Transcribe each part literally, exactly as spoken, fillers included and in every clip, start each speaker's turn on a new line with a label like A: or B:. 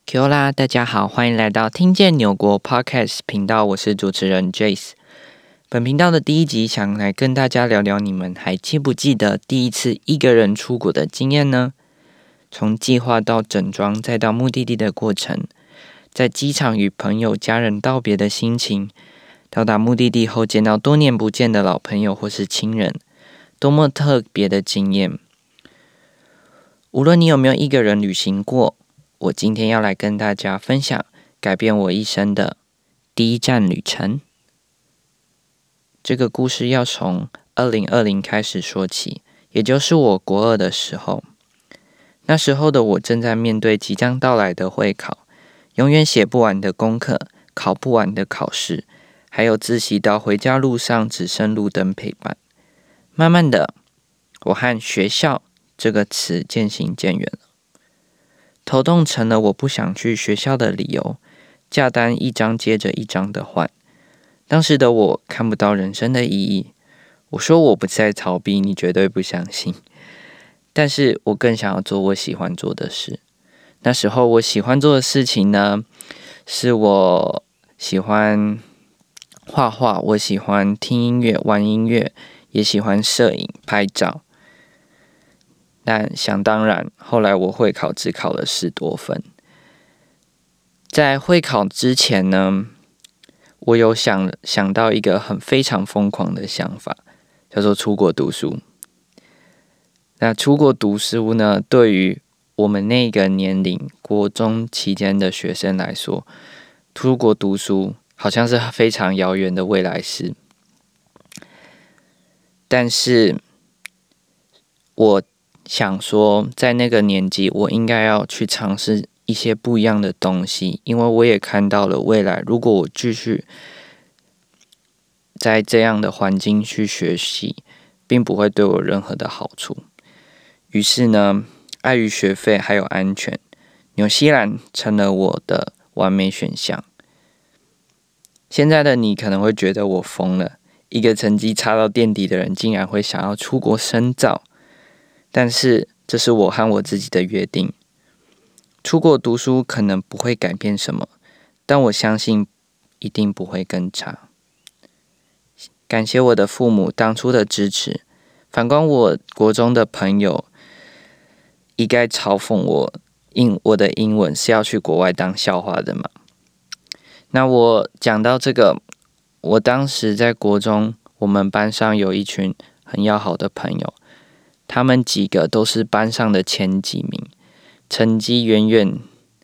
A: Q 啦，大家好，欢迎来到听见纽国 Podcast 频道，我是主持人 Jace。本频道的第一集，想来跟大家聊聊，你们还记不记得第一次一个人出国的经验呢？从计划到整装，再到目的地的过程，在机场与朋友、家人道别的心情，到达目的地后见到多年不见的老朋友或是亲人，多么特别的经验。无论你有没有一个人旅行过，我今天要来跟大家分享改变我一生的第一站旅程。这个故事要从二零二零开始说起，也就是我国二的时候。那时候的我正在面对即将到来的会考，永远写不完的功课，考不完的考试，还有自习到回家路上只剩路灯陪伴。慢慢的，我和学校这个词渐行渐远了。头痛成了我不想去学校的理由，假单一张接着一张的换。当时的我看不到人生的意义。我说我不再逃避，你绝对不相信。但是我更想要做我喜欢做的事。那时候我喜欢做的事情呢，是我喜欢画画，我喜欢听音乐、玩音乐，也喜欢摄影、拍照。但想当然，后来我会考只考了十多分。在会考之前呢，我有想想到一个很非常疯狂的想法，叫做出国读书。那出国读书呢，对于我们那个年龄国中期间的学生来说，出国读书好像是非常遥远的未来事。但是我想说，在那个年纪，我应该要去尝试一些不一样的东西，因为我也看到了未来，如果我继续在这样的环境去学习，并不会对我有任何的好处。于是呢，碍于学费还有安全，纽西兰成了我的完美选项。现在的你可能会觉得我疯了，一个成绩差到垫底的人竟然会想要出国深造。但是这是我和我自己的约定。出国读书可能不会改变什么，但我相信一定不会更差。感谢我的父母当初的支持。反观我国中的朋友，一概嘲讽我英我的英文是要去国外当笑话的嘛。那我讲到这个，我当时在国中，我们班上有一群很要好的朋友，他们几个都是班上的前几名，成绩远远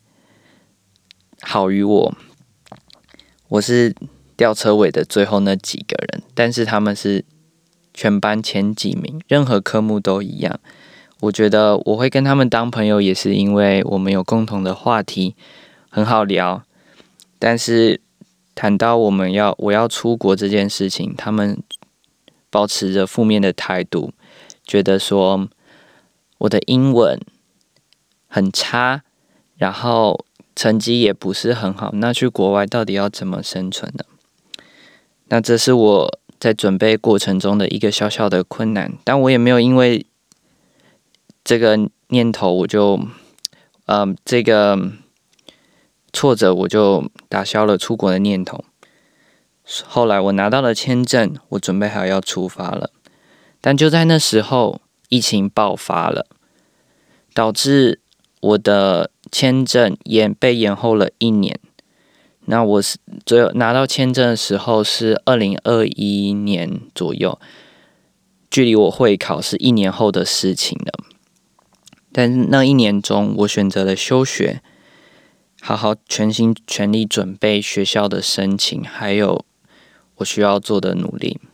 A: 好于我。我是吊车尾的最后那几个人，但是他们是全班前几名，任何科目都一样。我觉得我会跟他们当朋友，也是因为我们有共同的话题，很好聊。但是谈到我们要我要出国这件事情，他们保持着负面的态度，觉得说我的英文很差，然后成绩也不是很好，那去国外到底要怎么生存呢？那这是我在准备过程中的一个小小的困难，但我也没有因为这个念头我就，呃，这个挫折我就打消了出国的念头。后来我拿到了签证，我准备好要出发了，但就在那时候，疫情爆发了，导致我的签证延被延后了一年。那我是最后拿到签证的时候是二零二一年左右，距离我会考是一年后的事情了。但是那一年中，我选择了休学，好好全心全力准备学校的申请，还有我需要做的努力。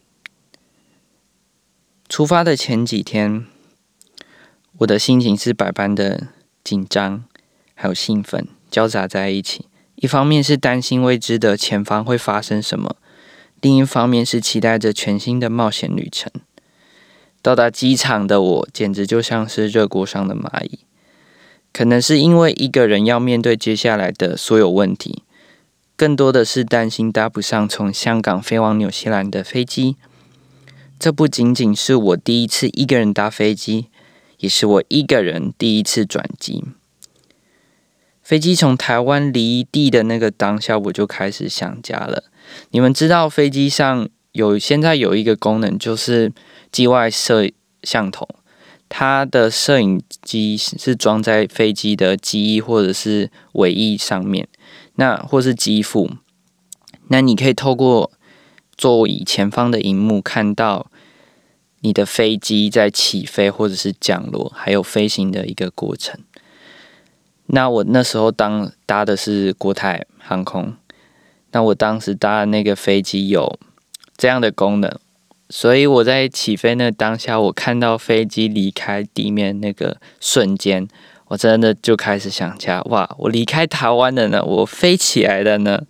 A: 出发的前几天，我的心情是百般的紧张，还有兴奋，交杂在一起。一方面是担心未知的前方会发生什么，另一方面是期待着全新的冒险旅程。到达机场的我，简直就像是热锅上的蚂蚁。可能是因为一个人要面对接下来的所有问题，更多的是担心搭不上从香港飞往纽西兰的飞机。这不仅仅是我第一次一个人搭飞机，也是我一个人第一次转机。 飞机从台湾离地的那个当下，我就开始想家了。你们知道飞机上有现在有一个功能，就是机外摄像头，它的摄影机是装在飞机的机翼或者是尾翼上面，那或是机腹，那你可以透过座椅前方的萤幕看到你的飞机在起飞或者是降落，还有飞行的一个过程。那我那时候当搭的是国泰航空，那我当时搭的那个飞机有这样的功能，所以我在起飞那当下，我看到飞机离开地面那个瞬间，我真的就开始想家，哇，我离开台湾了呢，我飞起来了呢。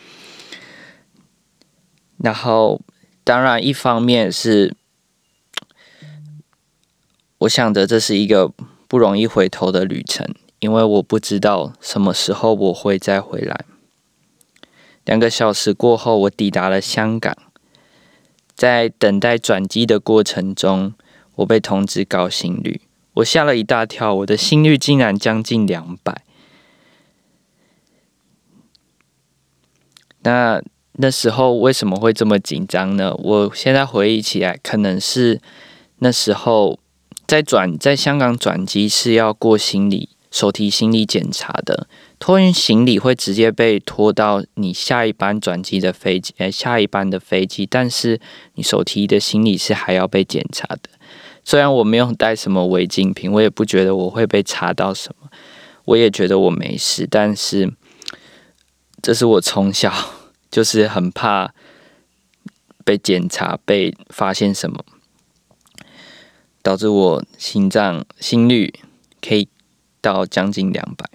A: 然后当然一方面是我想着这是一个不容易回头的旅程，因为我不知道什么时候我会再回来。两个小时过后，我抵达了香港。在等待转机的过程中，我被通知高心率，我吓了一大跳，我的心率竟然将近两百。那那时候为什么会这么紧张呢？我现在回忆起来，可能是那时候在转在香港转机是要过行李手提行李检查的，托运行李会直接被拖到你下一班转机的飞机，呃，下一班的飞机，但是你手提的行李是还要被检查的。虽然我没有带什么违禁品，我也不觉得我会被查到什么，我也觉得我没事，但是这是我从小就是很怕被检查、被发现什么，导致我心脏心率可以到将近两百。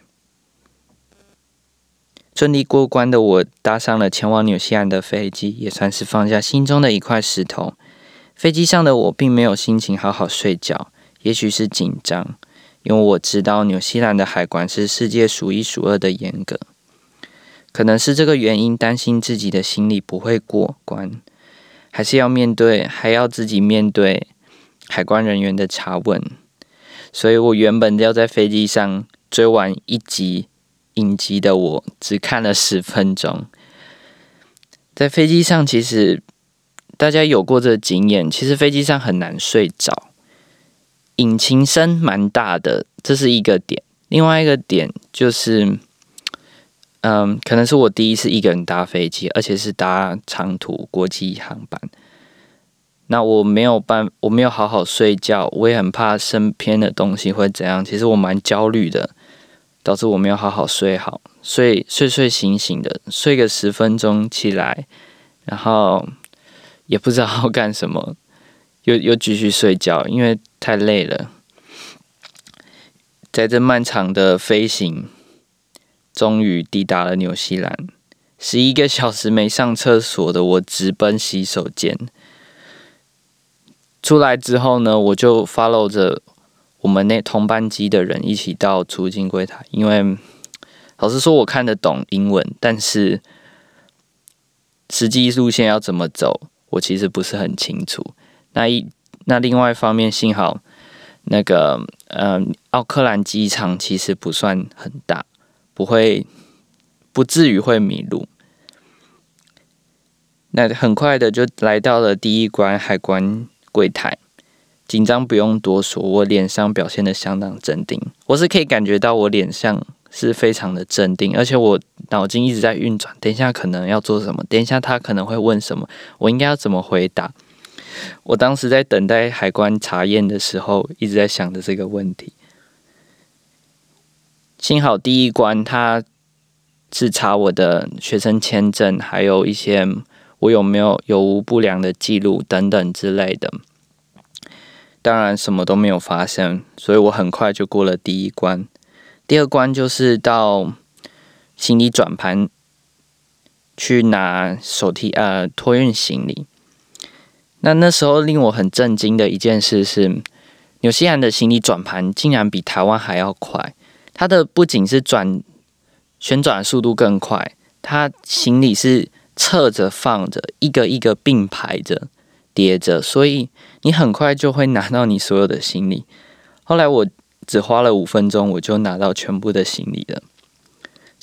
A: 顺利过关的我搭上了前往纽西兰的飞机，也算是放下心中的一块石头。飞机上的我并没有心情好好睡觉，也许是紧张，因为我知道纽西兰的海关是世界数一数二的严格。可能是这个原因，担心自己的行李不会过关，还是要面对，还要自己面对海关人员的查问。所以我原本要在飞机上追完一集影集的我，只看了十分钟。在飞机上，其实大家有过这个经验，其实飞机上很难睡着，引擎声蛮大的，这是一个点。另外一个点就是，嗯，可能是我第一次一个人搭飞机，而且是搭长途国际航班。那我没有办，我没有好好睡觉，我也很怕身边的东西会怎样。其实我蛮焦虑的，导致我没有好好睡好，睡睡睡醒醒的，睡个十分钟起来，然后也不知道要干什么，又又继续睡觉，因为太累了。在这漫长的飞行，终于抵达了纽西兰。十一个小时没上厕所的我，直奔洗手间。出来之后呢，我就 follow 着我们那同班机的人一起到出境柜台，因为老实说我看得懂英文，但是实际路线要怎么走，我其实不是很清楚。那一那另外一方面，幸好那个呃奥克兰机场其实不算很大，不会不至于会迷路。那很快的就来到了第一关海关柜台，紧张不用多说，我脸上表现得相当镇定，我是可以感觉到我脸上是非常的镇定，而且我脑筋一直在运转，等一下可能要做什么，等一下他可能会问什么，我应该要怎么回答。我当时在等待海关查验的时候，一直在想着这个问题。幸好第一关他是查我的学生签证，还有一些我有没有有无不良的记录等等之类的。当然什么都没有发生，所以我很快就过了第一关。第二关就是到行李转盘去拿手提呃托运行李。那那时候令我很震惊的一件事是，纽西兰的行李转盘竟然比台湾还要快。它的不仅是转旋转的速度更快，它行李是侧着放着，一个一个并排着叠着，所以你很快就会拿到你所有的行李。后来我只花了五分钟，我就拿到全部的行李了。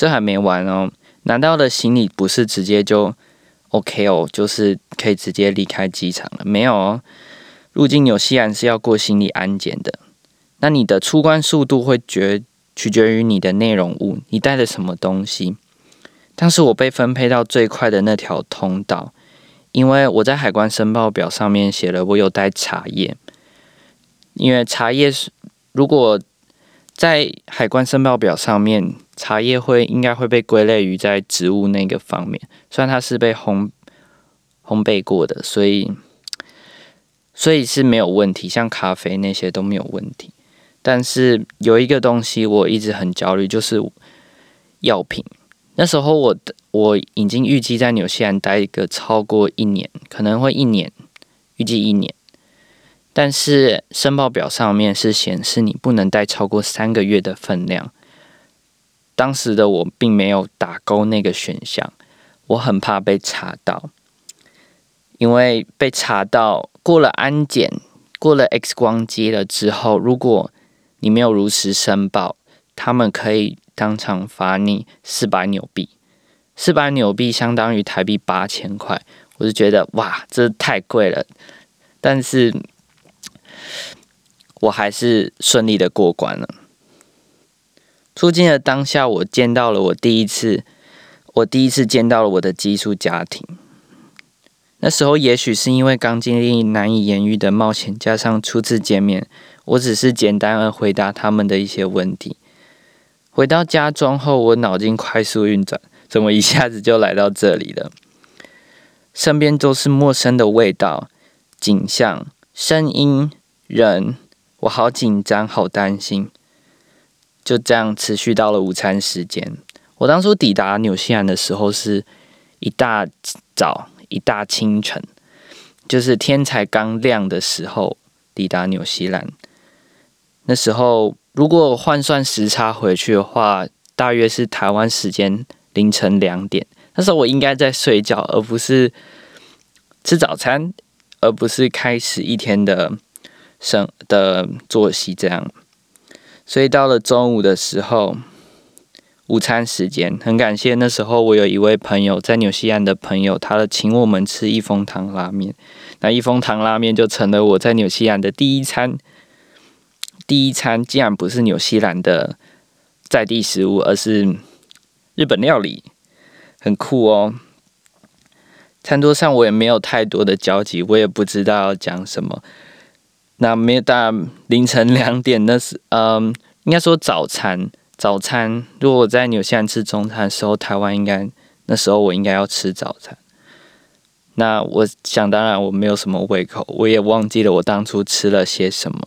A: 这还没完哦，拿到的行李不是直接就 OK 哦，就是可以直接离开机场了，没有哦。入境纽西兰是要过行李安检的，那你的出关速度会决取决于你的内容物，你带的什么东西。当时我被分配到最快的那条通道，因为我在海关申报表上面写了我有带茶叶，因为茶叶是如果在海关申报表上面，茶叶会应该会被归类于在植物那个方面，虽然它是被烘烘焙过的，所以所以是没有问题，像咖啡那些都没有问题。但是有一个东西我一直很焦虑，就是药品。那时候我我已经预计在纽西兰待一个超过一年，可能会一年，预计一年。但是申报表上面是显示你不能带超过三个月的分量。当时的我并没有打勾那个选项，我很怕被查到，因为被查到过了安检、过了 X 光机了之后，如果你没有如实申报，他们可以当场罚你四百纽币，四百纽币相当于台币八千块，我就觉得哇，这太贵了。但是我还是顺利的过关了。出境的当下，我见到了我第一次，我第一次见到了我的寄宿家庭。那时候也许是因为刚经历难以言喻的冒险，加上初次见面，我只是简单地回答他们的一些问题。回到家中后，我脑筋快速运转，怎么一下子就来到这里了？身边都是陌生的味道、景象、声音、人，我好紧张，好担心。就这样持续到了午餐时间。我当初抵达纽西兰的时候是一大早、一大清晨，就是天才刚亮的时候抵达纽西兰。那时候如果换算时差回去的话，大约是台湾时间凌晨两点。那时候我应该在睡觉，而不是吃早餐，而不是开始一天的生的作息这样。所以到了中午的时候，午餐时间，很感谢那时候我有一位朋友在纽西兰的朋友，他请我们吃益丰堂拉面。那益丰堂拉面就成了我在纽西兰的第一餐。第一餐竟然不是纽西兰的在地食物，而是日本料理，很酷哦。餐桌上我也没有太多的交集，我也不知道要讲什么。那没有到凌晨两点，那是嗯，应该说早餐。早餐，如果我在纽西兰吃中餐的时候，台湾应该那时候我应该要吃早餐。那我想当然我没有什么胃口，我也忘记了我当初吃了些什么。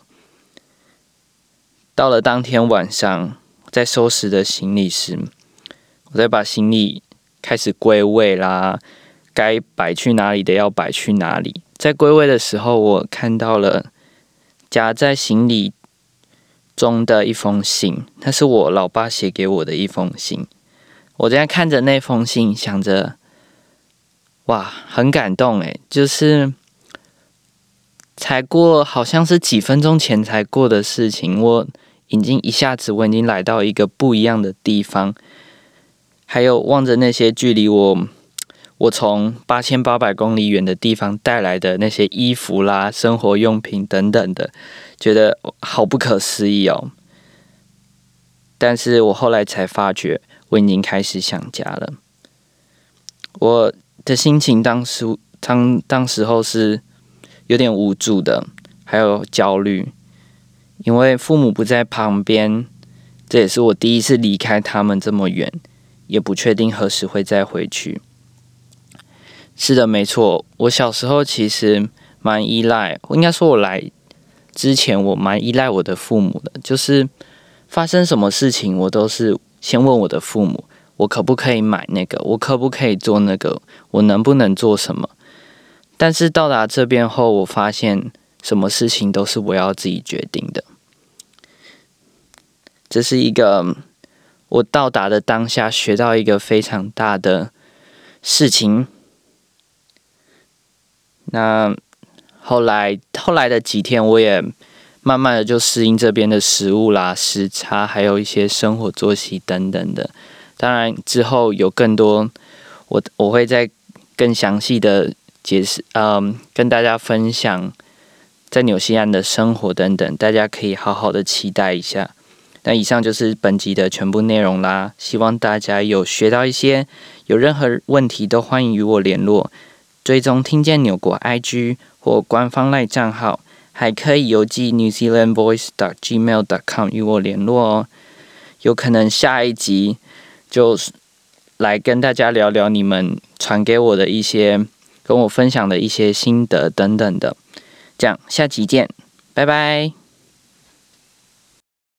A: 到了当天晚上，在收拾的行李时，我在把行李开始归位啦，该摆去哪里的要摆去哪里。在归位的时候，我看到了夹在行李中的一封信，那是我老爸写给我的一封信。我在看着那封信，想着，哇，很感动诶，就是才过好像是几分钟前才过的事情，我已经一下子我已经来到一个不一样的地方，还有望着那些距离我我从八千八百公里远的地方带来的那些衣服啦、生活用品等等的，觉得好不可思议哦。但是我后来才发觉，我已经开始想家了。我的心情当时当当时候是有点无助的，还有焦虑，因为父母不在旁边，这也是我第一次离开他们这么远，也不确定何时会再回去。是的，没错，我小时候其实蛮依赖，应该说我来之前我蛮依赖我的父母的，就是发生什么事情我都是先问我的父母，我可不可以买那个，我可不可以做那个，我能不能做什么。但是到达这边后，我发现什么事情都是我要自己决定的。这是一个我到达的当下学到一个非常大的事情。那后来后来的几天，我也慢慢的就适应这边的食物啦、时差，还有一些生活作息等等的。 当然之后有更多，我我会再更详细的解释，嗯，跟大家分享在纽西兰的生活等等，大家可以好好的期待一下。那以上就是本集的全部内容啦，希望大家有学到一些，有任何问题都欢迎与我联络，追踪听见纽国 I G 或官方 LINE 账号，还可以邮寄 newzealandvoice dot gmail dot com 与我联络哦。有可能下一集就来跟大家聊聊你们传给我的一些，跟我分享的一些心得等等的。这样，下集见，拜拜。